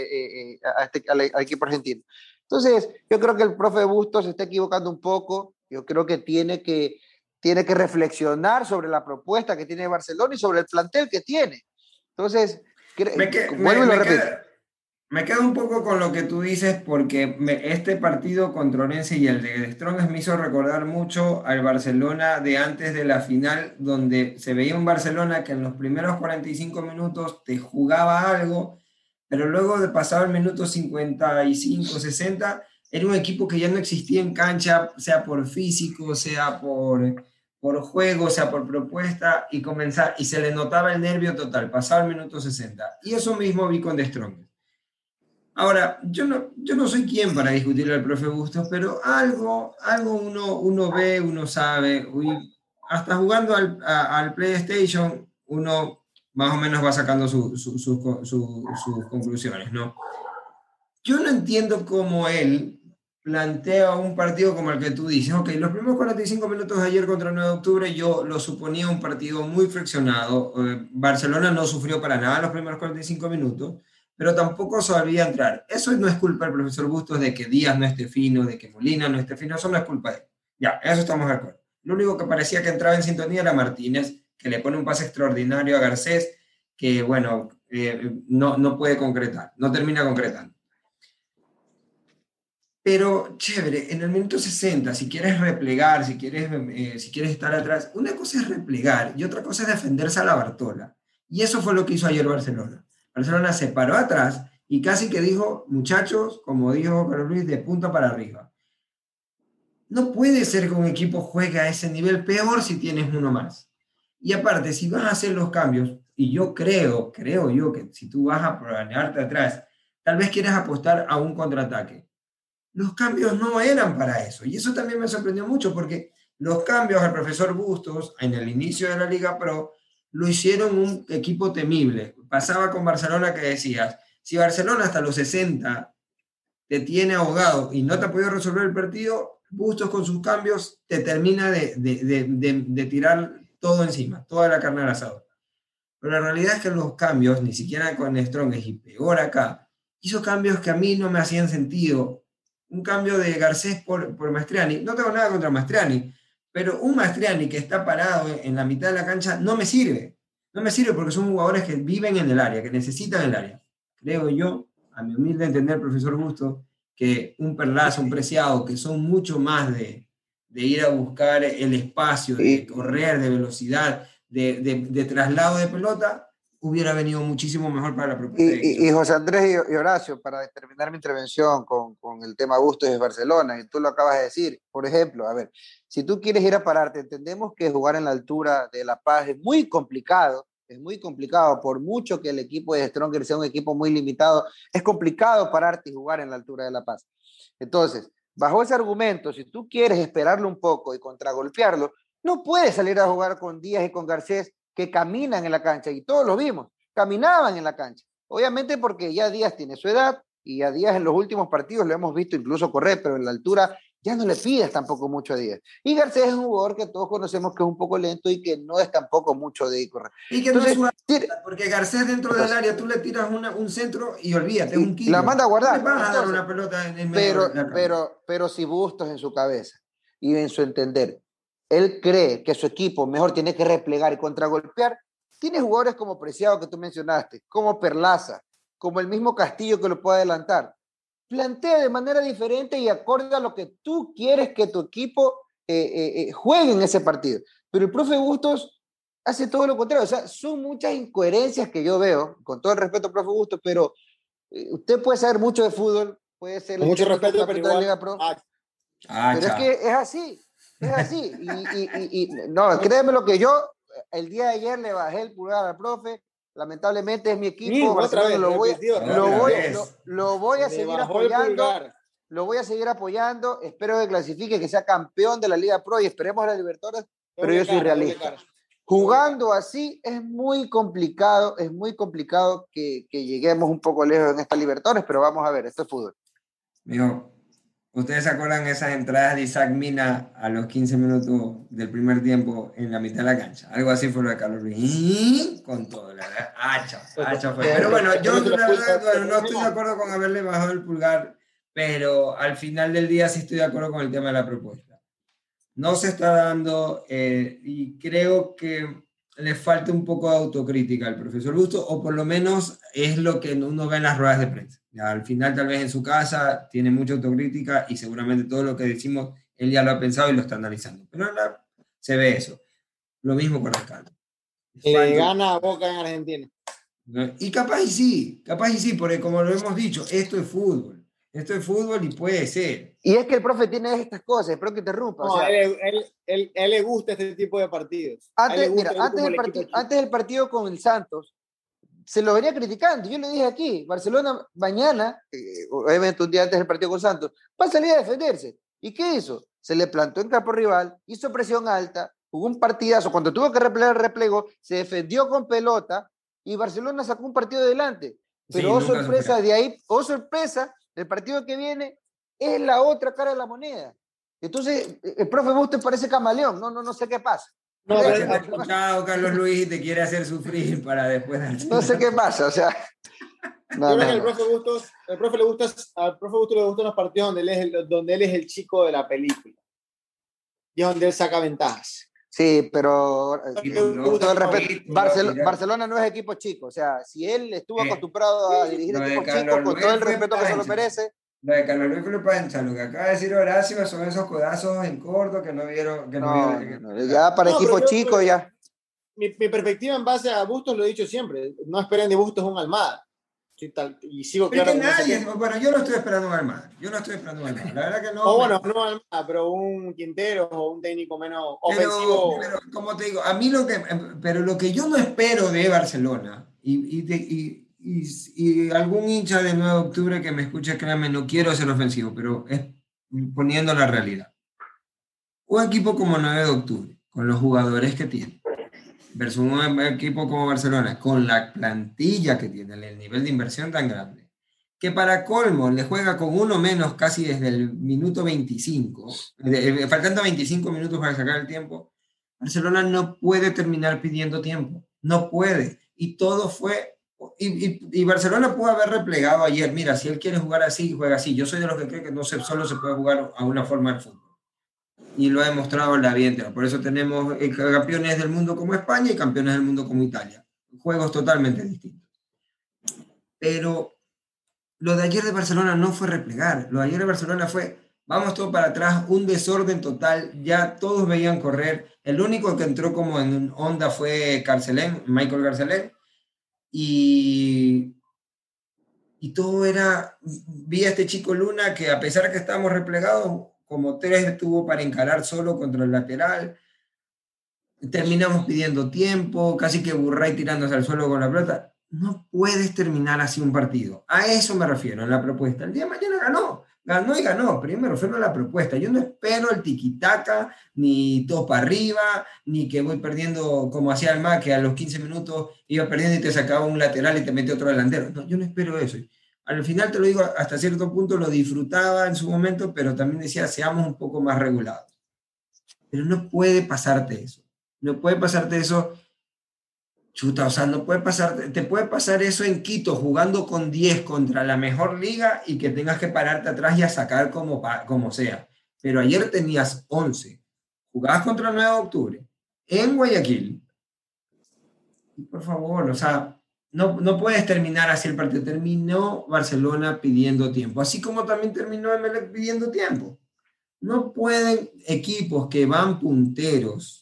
al equipo argentino? Entonces, yo creo que el profe Bustos se está equivocando un poco. Yo creo que tiene que reflexionar sobre la propuesta que tiene Barcelona y sobre el plantel que tiene. Entonces, vuelvo y lo repito. Me quedo un poco con lo que tú dices porque este partido contra Orense y el de Strongest me hizo recordar mucho al Barcelona de antes de la final, donde se veía un Barcelona que en los primeros 45 minutos te jugaba algo, pero luego de pasar el minuto 55, 60, era un equipo que ya no existía en cancha, sea por físico, sea por juego, sea por propuesta, y se le notaba el nervio total, pasaba el minuto 60. Y eso mismo vi con The Strongest. Ahora, yo no soy quien para discutirle al profe Bustos, pero algo uno ve, uno sabe, hasta jugando al PlayStation, uno más o menos va sacando sus conclusiones, ¿no? Yo no entiendo cómo él plantea un partido como el que tú dices. Ok, los primeros 45 minutos de ayer contra el 9 de octubre yo lo suponía un partido muy friccionado. Barcelona no sufrió para nada los primeros 45 minutos, pero tampoco sabía entrar. Eso no es culpa del profesor Bustos de que Díaz no esté fino, de que Molina no esté fino, eso no es culpa de él. Ya, eso estamos de acuerdo. Lo único que parecía que entraba en sintonía era Martínez, que le pone un pase extraordinario a Garcés, que bueno, no puede concretar, no termina concretando. Pero chévere, en el minuto 60, si quieres replegar, si quieres estar atrás, una cosa es replegar y otra cosa es defenderse a la Bartola. Y eso fue lo que hizo ayer Barcelona. Barcelona se paró atrás y casi que dijo, muchachos, como dijo Carlos Luis, de punta para arriba. No puede ser que un equipo juegue a ese nivel, peor si tienes uno más. Y aparte, si vas a hacer los cambios, y yo creo yo que si tú vas a planearte atrás, tal vez quieres apostar a un contraataque. los cambios no eran para eso. Y eso también me sorprendió mucho porque los cambios al profesor Bustos en el inicio de la Liga Pro lo hicieron un equipo temible. Pasaba con Barcelona que decías, si Barcelona hasta los 60 te tiene ahogado y no te ha podido resolver el partido, Bustos con sus cambios te termina de tirar todo encima, toda la carne al asador. Pero la realidad es que los cambios, ni siquiera con Strongest y peor acá, hizo cambios que a mí no me hacían sentido. Un cambio de Garcés por Mastriani. No tengo nada contra Mastriani, pero un Mastriani que está parado en la mitad de la cancha no me sirve. No me sirve porque son jugadores que viven en el área, que necesitan el área. Creo yo, a mi humilde entender, profesor Busto, que un Perlaza, un Preciado, que son mucho más de ir a buscar el espacio, de correr, de velocidad, de traslado de pelota, hubiera venido muchísimo mejor para la propuesta. Y José Andrés y Horacio, para terminar mi intervención con el tema Bustos de Barcelona, y tú lo acabas de decir, por ejemplo, a ver, si tú quieres ir a pararte, entendemos que jugar en la altura de La Paz es muy complicado, por mucho que el equipo de Stronger sea un equipo muy limitado, es complicado pararte y jugar en la altura de La Paz. Entonces, bajo ese argumento, si tú quieres esperarlo un poco y contragolpearlo, no puedes salir a jugar con Díaz y con Garcés que caminan en la cancha, y todos lo vimos, caminaban en la cancha. Obviamente porque ya Díaz tiene su edad, y a Díaz en los últimos partidos lo hemos visto incluso correr, pero en la altura ya no le pides tampoco mucho a Díaz. Y Garcés es un jugador que todos conocemos que es un poco lento y que no es tampoco mucho de correr. Y que entonces, no es porque Garcés dentro del área, tú le tiras un centro y olvídate, es un kilo. La manda a guardar. No le vas a dar una pelota en medio de la cancha. Pero si Bustos en su cabeza y en su entender, él cree que su equipo mejor tiene que replegar y contragolpear, tiene jugadores como Preciado que tú mencionaste, como Perlaza, como el mismo Castillo que lo puede adelantar. Plantea de manera diferente y acorde a lo que tú quieres que tu equipo juegue en ese partido. Pero el profe Bustos hace todo lo contrario. O sea, son muchas incoherencias que yo veo, con todo el respeto al profe Bustos, pero usted puede saber mucho de fútbol, puede ser con mucho respeto, pero igual, Liga Pro, pero es que es así. Es así. Y no, créeme lo que yo el día de ayer le bajé el pulgar al profe. Lamentablemente es mi equipo. Lo voy a seguir apoyando. Lo voy a seguir apoyando. Espero que clasifique, que sea campeón de la Liga Pro y esperemos a la Libertadores. Pero yo soy realista. Jugando así es muy complicado que lleguemos un poco lejos en esta Libertadores, pero vamos a ver, esto es fútbol. Mijo, ¿ustedes se acuerdan esas entradas de Isaac Mina a los 15 minutos del primer tiempo en la mitad de la cancha? Algo así fue lo de Carlos Ruiz. Con todo, la verdad. Hacha fue. Pero bueno, yo la verdad no estoy de acuerdo con haberle bajado el pulgar, pero al final del día sí estoy de acuerdo con el tema de la propuesta. No se está dando y creo que le falta un poco de autocrítica al profesor Bustos, o por lo menos es lo que uno ve en las ruedas de prensa. Ya, al final, tal vez en su casa, tiene mucha autocrítica y seguramente todo lo que decimos, él ya lo ha pensado y lo está analizando. Pero se ve eso. Lo mismo con Rescaldo. Le gana a Boca en Argentina. Y capaz y sí, porque como lo hemos dicho, esto es fútbol y puede ser. Y es que el profe tiene estas cosas, espero que te interrumpa. No, o sea, él le gusta este tipo de partidos. Antes del partido con el Santos, se lo venía criticando. Yo le dije aquí, Barcelona mañana, obviamente un día antes del partido con Santos, va a salir a defenderse. ¿Y qué hizo? Se le plantó en campo rival, hizo presión alta, jugó un partidazo. Cuando tuvo que replegar, replegó, se defendió con pelota y Barcelona sacó un partido adelante. Pero sí, sorpresa, de ahí, sorpresa, el partido que viene es la otra cara de la moneda. Entonces, el profe Bustos parece camaleón, no sé qué pasa. No, te ha escuchado Carlos Luis y te quiere hacer sufrir para después. No sé qué pasa, o sea. Yo creo que al profe Bustos le gustan los partidos donde él es el chico de la película. Y es donde él saca ventajas. Sí, pero todo el respeto, Barcelona no es equipo chico. O sea, si él estuvo acostumbrado a dirigir equipos chicos, con todo el respeto que se lo merece. Lo de Carlos Luis Felipe Pancha, lo que acaba de decir Horacio, son esos codazos en corto que no vieron. Ya para equipos chicos, ya. Mi perspectiva en base a Bustos lo he dicho siempre. No esperen de Bustos un Almada. Y sigo claro. Bueno, yo no estoy esperando un Almada. La verdad que no. O bueno, no Almada, pero un Quintero o un técnico menos ofensivo. Pero como te digo, a mí lo que yo no espero de Barcelona, y y algún hincha de 9 de octubre que me escuche, créanme, no quiero ser ofensivo, pero es poniendo la realidad. Un equipo como 9 de octubre, con los jugadores que tiene, versus un equipo como Barcelona, con la plantilla que tiene, el nivel de inversión tan grande, que para colmo le juega con uno menos casi desde el minuto 25, faltando 25 minutos para sacar el tiempo, Barcelona no puede terminar pidiendo tiempo, no puede, y todo fue, y Barcelona pudo haber replegado ayer, mira, si él quiere jugar así, juega así, yo soy de los que cree que no solo se puede jugar a una forma de fútbol, y lo ha demostrado en la vida entera. Por eso tenemos campeones del mundo como España y campeones del mundo como Italia. Juegos totalmente distintos. Pero lo de ayer de Barcelona no fue replegar. Lo de ayer de Barcelona fue, vamos todo para atrás, un desorden total. Ya todos veían correr. El único que entró como en onda fue Michael Carcelén. Y todo era, vi a este chico Luna que a pesar que estábamos replegados, como 3 tuvo para encarar solo contra el lateral. Terminamos pidiendo tiempo, casi que Burray tirándose al suelo con la pelota. No puedes terminar así un partido. A eso me refiero en la propuesta. El día de mañana ganó y ganó, pero yo me refiero a la propuesta. Yo no espero el tiquitaca, ni todo para arriba, ni que voy perdiendo como hacía el MA, que a los 15 minutos iba perdiendo y te sacaba un lateral y te mete otro delantero. No, yo no espero eso. Al final te lo digo, hasta cierto punto lo disfrutaba en su momento, pero también decía, seamos un poco más regulados. Pero no puede pasarte eso. No puede pasarte eso, chuta, o sea, no puede pasarte, te puede pasar eso en Quito jugando con 10 contra la mejor liga y que tengas que pararte atrás y a sacar como sea. Pero ayer tenías 11, jugabas contra el 9 de octubre en Guayaquil. Y por favor, o sea, no puedes terminar así el partido. Terminó Barcelona pidiendo tiempo, así como también terminó Emelec pidiendo tiempo. No pueden equipos que van punteros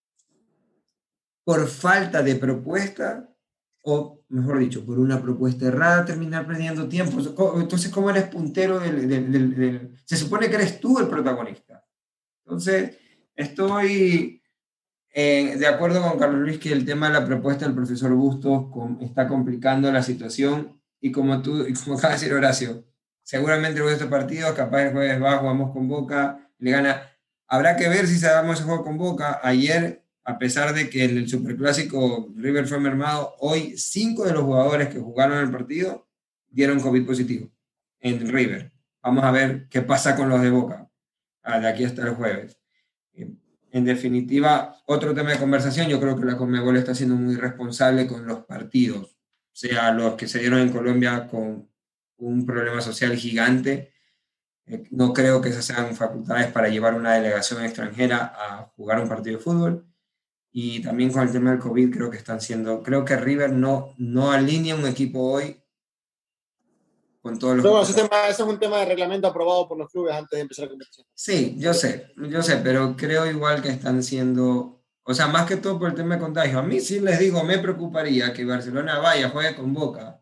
por falta de propuesta, o mejor dicho, por una propuesta errada, terminar perdiendo tiempo. Entonces, ¿cómo eres puntero se supone que eres tú el protagonista? Entonces, estoy de acuerdo con Carlos Luis que el tema de la propuesta del profesor Bustos está complicando la situación, y como acaba de decir Horacio, seguramente luego de estos partidos, capaz el jueves va, jugamos con Boca, le gana. Habrá que ver si se damos ese juego con Boca. Ayer, a pesar de que en el Superclásico River fue mermado, hoy 5 de los jugadores que jugaron el partido dieron COVID positivo en River. Vamos a ver qué pasa con los de Boca de aquí hasta el jueves. En definitiva, otro tema de conversación, yo creo que la Conmebol está siendo muy responsable con los partidos, sea los que se dieron en Colombia con un problema social gigante. No creo que esas sean facultades para llevar una delegación extranjera a jugar un partido de fútbol. Y también con el tema del COVID creo que River no alinea un equipo hoy con todos los... No, ese es un tema de reglamento aprobado por los clubes antes de empezar la competición. Sí, yo sé, pero creo igual que están siendo, o sea, más que todo por el tema de contagio. A mí sí les digo, me preocuparía que Barcelona vaya, juegue con Boca,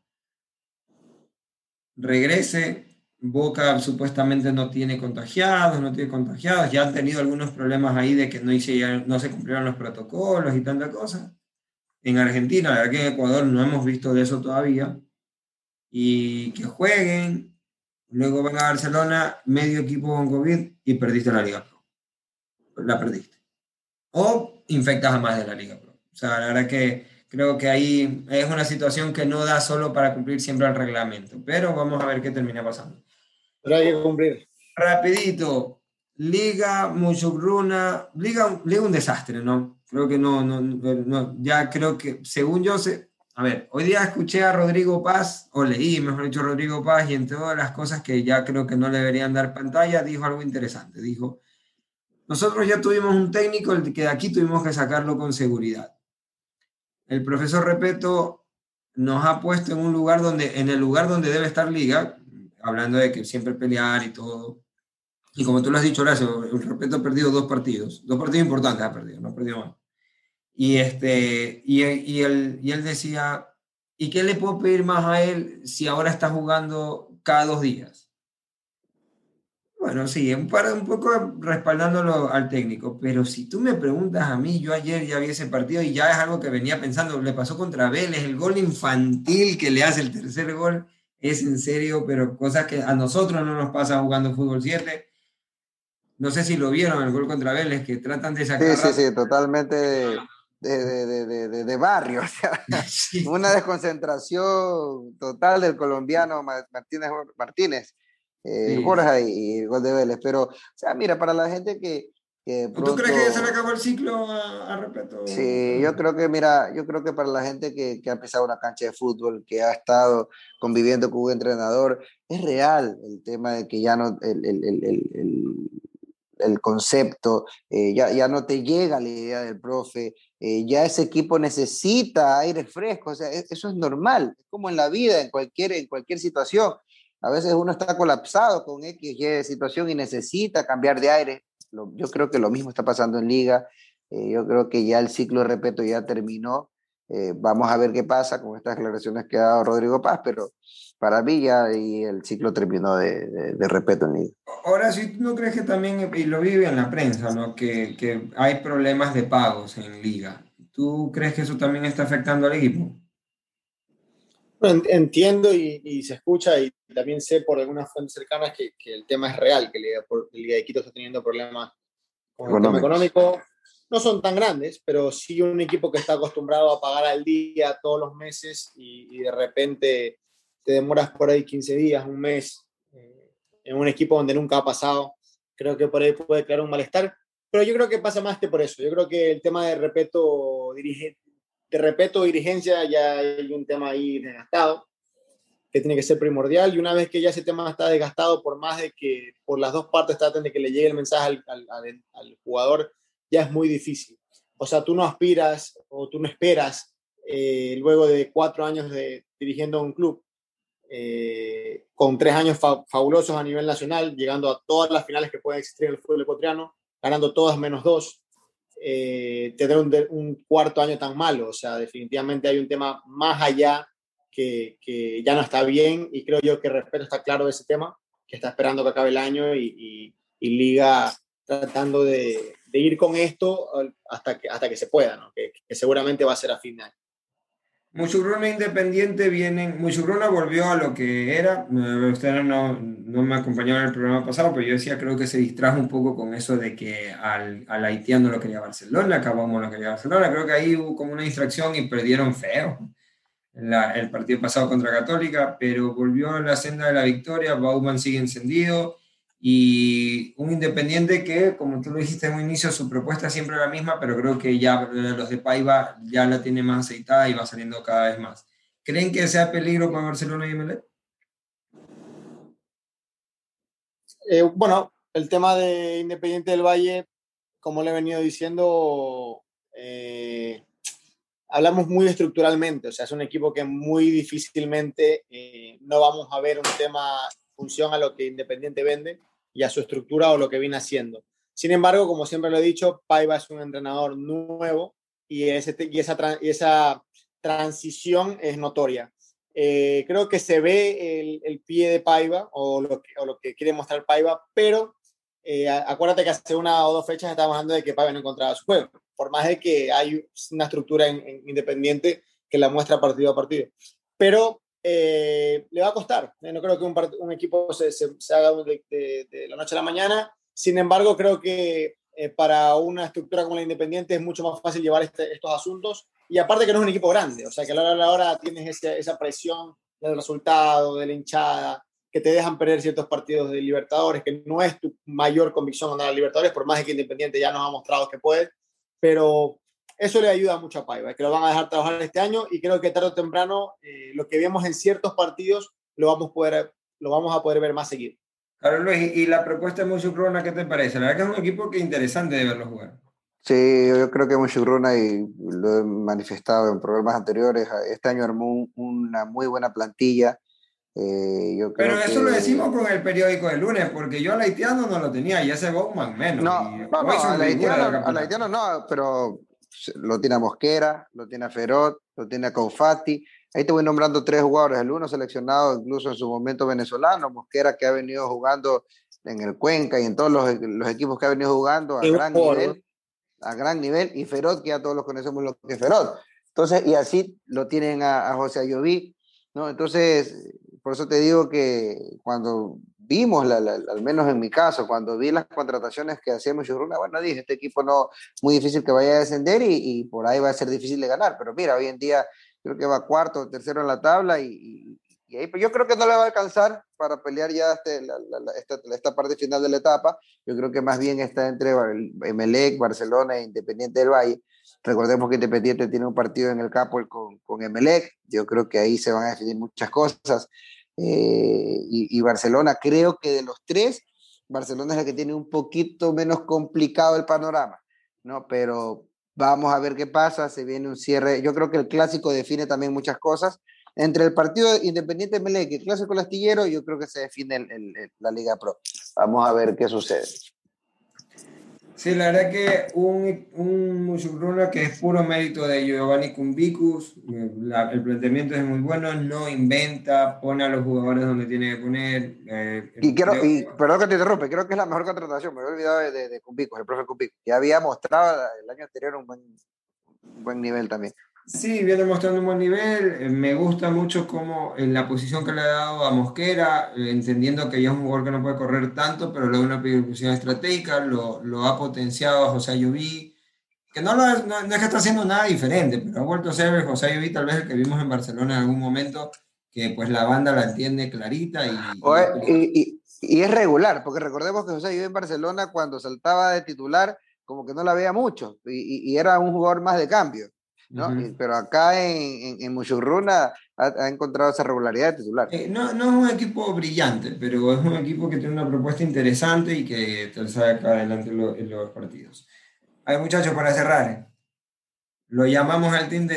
regrese. Boca supuestamente no tiene contagiados, ya han tenido algunos problemas ahí de que no se cumplieron los protocolos y tanta cosa. En Argentina, la verdad que en Ecuador no hemos visto de eso todavía. Y que jueguen, luego van a Barcelona, medio equipo con COVID y perdiste la Liga Pro. La perdiste. O infectas a más de la Liga Pro. O sea, la verdad que creo que ahí es una situación que no da solo para cumplir siempre el reglamento, pero vamos a ver qué termina pasando. Pero hay que cumplir. Rapidito, Liga Muchugruna, Liga un desastre, ¿no? Creo que no, ya creo que, según yo sé, a ver, hoy día escuché a Rodrigo Paz, o leí, mejor dicho, Rodrigo Paz, y entre todas las cosas que ya creo que no le deberían dar pantalla, dijo algo interesante, dijo, nosotros ya tuvimos un técnico, el que de aquí tuvimos que sacarlo con seguridad. El profesor Repeto nos ha puesto en el lugar donde debe estar Liga, hablando de que siempre pelear y todo. Y como tú lo has dicho, Horacio, el Repeto ha perdido 2 partidos importantes ha perdido, no ha perdido más. Y él decía, ¿y qué le puedo pedir más a él si ahora está jugando cada 2 días? Bueno, sí, un poco respaldándolo al técnico, pero si tú me preguntas a mí, yo ayer ya vi ese partido y ya es algo que venía pensando, le pasó contra Vélez, el gol infantil que le hace el tercer gol, es en serio, pero cosas que a nosotros no nos pasa jugando fútbol 7. No sé si lo vieron, el gol contra Vélez, que tratan de Sí, sacar sí, rápido. sí, totalmente de barrio, o sea, Sí, una desconcentración total del colombiano Martínez, sí, sí. Borja y el gol de Vélez. Pero, o sea, mira, para la gente que de ¿Tú crees que ya se le pronto, acabó el ciclo a Repeto, sí, yo Carlos? creo que, mira, yo creo que para la gente que ha pisado una cancha de fútbol, que ha estado conviviendo con un entrenador, es real el tema de que ya no, el concepto, ya no te llega la idea del profe, ya ese equipo necesita aire fresco, o sea, eso es normal, es como en la vida, en cualquier situación. A veces uno está colapsado con X, Y situación y necesita cambiar de aire. Yo creo que lo mismo está pasando en Liga. Yo creo que ya el ciclo de respeto ya terminó. Vamos a ver qué pasa con estas declaraciones que ha dado Rodrigo Paz, pero para mí ya y el ciclo terminó de respeto en Liga. Ahora, si tú no crees que también, y lo vive en la prensa, ¿no? Que hay problemas de pagos en liga. ¿Tú crees que eso también está afectando al equipo? Bueno, entiendo y se escucha y también sé por algunas fuentes cercanas que el tema es real, que Liga de Quito está teniendo problemas con el tema Económicos. económico. No son tan grandes, pero sí un equipo que está acostumbrado a pagar al día todos los meses y de repente te demoras por ahí 15 días, un mes, en un equipo donde nunca ha pasado. Creo que por ahí puede crear un malestar, pero yo creo que pasa más que por eso. Yo creo que el tema de respeto dirigencia ya hay un tema ahí desgastado que tiene que ser primordial y una vez que ya ese tema está desgastado, por más de que por las dos partes traten de que le llegue el mensaje al jugador, ya es muy difícil. O sea, tú no aspiras o tú no esperas luego de 4 años dirigiendo un club, con 3 años fabulosos a nivel nacional, llegando a todas las finales que pueden existir en el fútbol ecuatoriano, ganando todas menos dos, tener un cuarto año tan malo. O sea, definitivamente hay un tema más allá que ya no está bien y creo yo que Respeto está claro de ese tema, que está esperando que acabe el año y Liga tratando de ir con esto hasta que se pueda, ¿no? Que seguramente va a ser a fin de año. Muchugruna Independiente vienen. Muchugruna volvió a lo que era. Ustedes no me acompañaron en el programa pasado, pero yo decía, creo que se distrajo un poco con eso de que al haitiano lo quería Barcelona, acabamos lo quería Barcelona. Creo que ahí hubo como una distracción y perdieron feo el partido pasado contra Católica, pero volvió a la senda de la victoria. Bauman sigue encendido y un Independiente que, como tú lo dijiste en un inicio, su propuesta siempre es la misma, pero creo que ya los de Paiva ya la tiene más aceitada y va saliendo cada vez más. ¿Creen que sea peligro para Barcelona y Emelec? Bueno, el tema de Independiente del Valle, como le he venido diciendo, hablamos muy estructuralmente. O sea, es un equipo que muy difícilmente no vamos a ver un tema función a lo que Independiente vende y a su estructura o lo que viene haciendo. Sin embargo, como siempre lo he dicho, Paiva es un entrenador nuevo esa transición es notoria. Creo que se ve el pie de Paiva o lo que quiere mostrar Paiva, pero acuérdate que hace una o dos fechas estábamos hablando de que Paiva no encontraba su juego, por más de que hay una estructura en Independiente que la muestra partido a partido. Pero le va a costar. No creo que un equipo se haga de la noche a la mañana. Sin embargo, creo que para una estructura como la Independiente es mucho más fácil llevar estos asuntos. Y aparte que no es un equipo grande, o sea que a la hora tienes esa presión del resultado, de la hinchada, que te dejan perder ciertos partidos de Libertadores, que no es tu mayor convicción ganar a Libertadores, por más de que Independiente ya nos ha mostrado que puede, pero eso le ayuda mucho a Paiva, que lo van a dejar trabajar este año y creo que tarde o temprano lo que vemos en ciertos partidos lo vamos a poder ver más seguido. Carlos Luis, y la propuesta de Muchugruna, ¿qué te parece? La verdad que es un equipo que es interesante de verlo jugar. Sí, yo creo que Muchugruna, y lo he manifestado en programas anteriores, este año armó una muy buena plantilla. Yo Pero creo eso lo decimos que... con el periódico de lunes, porque yo al haitiano no lo tenía y ese Bowman menos. No, Y no, hoy no, son figuras del al campeonato. haitiano no, pero lo tiene a Mosquera, lo tiene a Ferot, lo tiene a Confati. Ahí te voy nombrando tres jugadores, el uno seleccionado incluso en su momento venezolano, Mosquera que ha venido jugando en el Cuenca y en todos los equipos que ha venido jugando a gran nivel, y Ferot, que ya todos los conocemos lo que es Ferot. Entonces, y así lo tienen a José Ayoví, ¿no? Entonces, por eso te digo que cuando vimos, al menos en mi caso, cuando vi las contrataciones que hacíamos Muchurruna, bueno, dije, este equipo no, muy difícil que vaya a descender y por ahí va a ser difícil de ganar, pero mira, hoy en día creo que va cuarto o tercero en la tabla y ahí, pues yo creo que no le va a alcanzar para pelear ya esta parte final de la etapa. Yo creo que más bien está entre Emelec, Barcelona e Independiente del Valle. Recordemos que Independiente tiene un partido en el Capo con Emelec. Yo creo que ahí se van a definir muchas cosas. Y Barcelona, creo que de los tres, Barcelona es la que tiene un poquito menos complicado el panorama, ¿no? Pero vamos a ver qué pasa, se viene un cierre. Yo creo que el clásico define también muchas cosas. Entre el partido Independiente Emelec y el clásico Astillero, yo creo que se define la Liga Pro. Vamos a ver qué sucede. Sí, la verdad que un Muchurruna que es puro mérito de Giovanni Cumbicus. El planteamiento es muy bueno, no inventa, pone a los jugadores donde tiene que poner. Perdón que te interrumpe, creo que es la mejor contratación. Me había olvidado de Cumbicus, el profe Cumbicus, que había mostrado el año anterior un buen nivel también. Sí, viene mostrando un buen nivel. Me gusta mucho cómo en la posición que le ha dado a Mosquera, entendiendo que ya es un jugador que no puede correr tanto, pero le da una posición estratégica, lo ha potenciado a José Ayoví, que no es que está haciendo nada diferente, pero ha vuelto a ser el José Ayoví, tal vez el que vimos en Barcelona en algún momento, que pues la banda la entiende clarita y es regular, porque recordemos que José Ayoví en Barcelona, cuando saltaba de titular, como que no la veía mucho, y era un jugador más de cambio, ¿no? Pero acá en Muchurruna ha encontrado esa regularidad de titular. No es un equipo brillante, pero es un equipo que tiene una propuesta interesante y que te saca adelante en los partidos. A ver, muchachos, para cerrar, lo llamamos al team,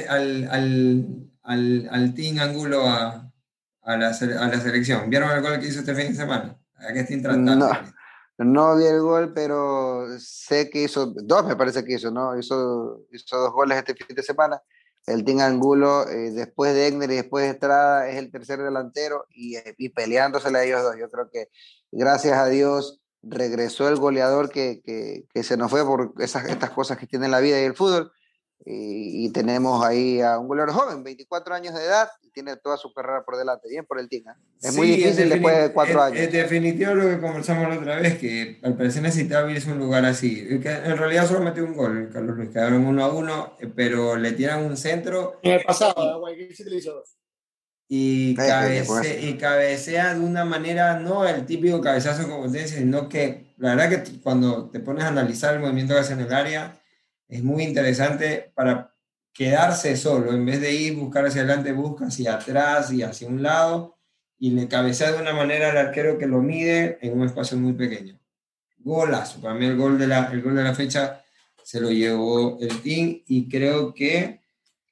al team Angulo a la selección. ¿Vieron el gol que hizo este fin de semana? ¿A qué está intratable? No vi el gol, pero sé que hizo dos, me parece que hizo, ¿no? Hizo dos goles este fin de semana. El Team Angulo, después de Egner y después de Estrada, es el tercer delantero y peleándosela a ellos dos. Yo creo que, gracias a Dios, regresó el goleador que se nos fue por estas cosas que tiene la vida y el fútbol. Y tenemos ahí a un goleador joven, 24 años de edad, y tiene toda su carrera por delante. Bien por el Team, ¿eh? Es muy difícil después de 4 años. Es definitivo lo que conversamos la otra vez, que al parecer necesitaba irse un lugar así. Que en realidad solo metió un gol, Carlos Luis, quedaron 1-1, pero le tiran un centro. En el pasado, Guayaquil sí te lo hizo dos. Y cabecea de una manera, no el típico cabezazo como te dice, sino que la verdad que cuando te pones a analizar el movimiento que hace en el área, es muy interesante para quedarse solo, en vez de ir, buscar hacia adelante, busca hacia atrás y hacia un lado, y le cabecea de una manera al arquero que lo mide en un espacio muy pequeño. Golazo, para mí el gol de la fecha se lo llevó el team, y creo que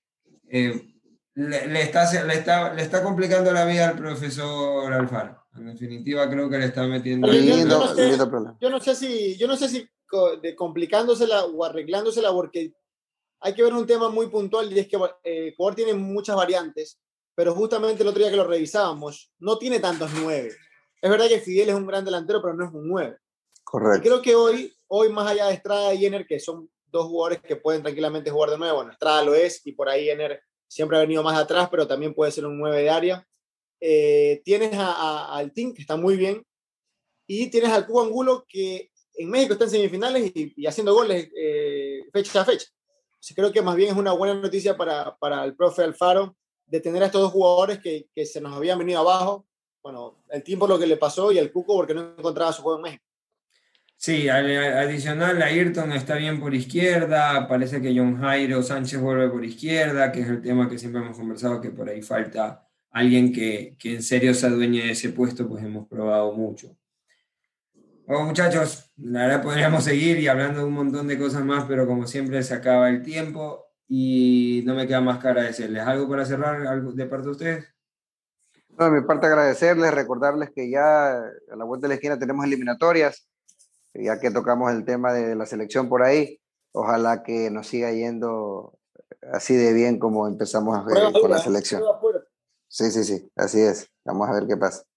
le está complicando la vida al profesor Alfaro. En definitiva, creo que le está metiendo... Yo no sé si complicándosela o arreglándosela, porque hay que ver un tema muy puntual, y es que el jugador tiene muchas variantes, pero justamente el otro día que lo revisábamos, no tiene tantos 9. Es verdad que Fidel es un gran delantero, pero no es un 9. Correcto. Y creo que hoy más allá de Estrada y Jenner, que son dos jugadores que pueden tranquilamente jugar de 9, bueno, Estrada lo es, y por ahí Jenner siempre ha venido más atrás, pero también puede ser un 9 de área. Tienes al Team, que está muy bien, y tienes al Cubo Angulo, que en México está en semifinales y haciendo goles fecha a fecha. Entonces, creo que más bien es una buena noticia para el profe Alfaro de tener a estos dos jugadores que se nos habían venido abajo. Bueno, el Team por lo que le pasó y el Cuco porque no encontraba su juego en México. Sí, adicional, Ayrton está bien por izquierda, parece que John Jairo Sánchez vuelve por izquierda, que es el tema que siempre hemos conversado, que por ahí falta alguien que en serio se adueñe de ese puesto, pues hemos probado mucho. Bueno, muchachos, la verdad podríamos seguir y hablando de un montón de cosas más, pero como siempre se acaba el tiempo y no me queda más que agradecerles. ¿Algo para cerrar algo de parte de ustedes? No, de mi parte agradecerles, recordarles que ya a la vuelta de la esquina tenemos eliminatorias, ya que tocamos el tema de la selección por ahí. Ojalá que nos siga yendo así de bien como empezamos con la selección. Sí, así es. Vamos a ver qué pasa.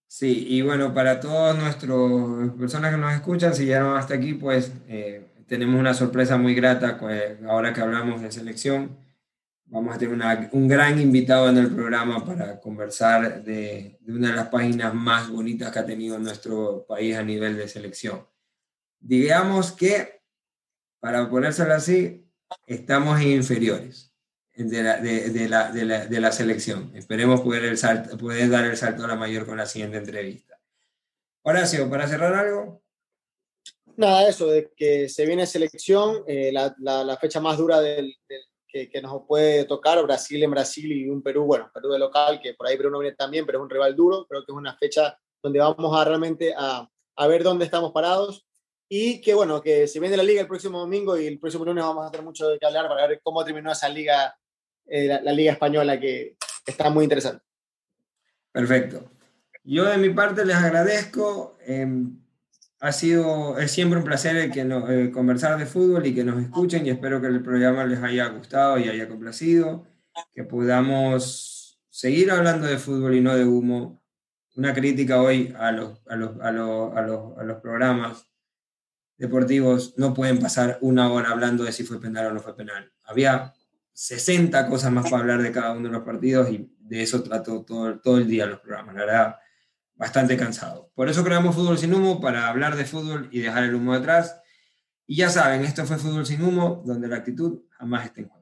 Sí, y bueno, para todas nuestras personas que nos escuchan, si llegaron hasta aquí, pues tenemos una sorpresa muy grata, pues, ahora que hablamos de selección. Vamos a tener un gran invitado en el programa para conversar de una de las páginas más bonitas que ha tenido nuestro país a nivel de selección. Digamos que, para ponérselo así, estamos en inferiores de la selección. Esperemos poder dar el salto a la mayor con la siguiente entrevista. Horacio, para cerrar algo. Nada, eso, de que se viene selección, la fecha más dura que nos puede tocar, Brasil en Brasil y un Perú, bueno, Perú de local, que por ahí Perú no viene también, pero es un rival duro. Creo que es una fecha donde vamos a realmente a ver dónde estamos parados. Y que bueno, que se viene la liga el próximo domingo y el próximo lunes vamos a tener mucho de qué hablar para ver cómo terminó esa liga, la liga española, que está muy interesante. Perfecto. Yo de mi parte les agradezco. Es siempre un placer conversar de fútbol y que nos escuchen, y espero que el programa les haya gustado y haya complacido, que podamos seguir hablando de fútbol y no de humo. Una crítica hoy a los programas deportivos: no pueden pasar una hora hablando de si fue penal o no fue penal. Había 60 cosas más para hablar de cada uno de los partidos, y de eso trató todo el día los programas. La verdad, bastante cansado. Por eso creamos Fútbol Sin Humo, para hablar de fútbol y dejar el humo atrás. Y ya saben, esto fue Fútbol Sin Humo, donde la actitud jamás está en juego.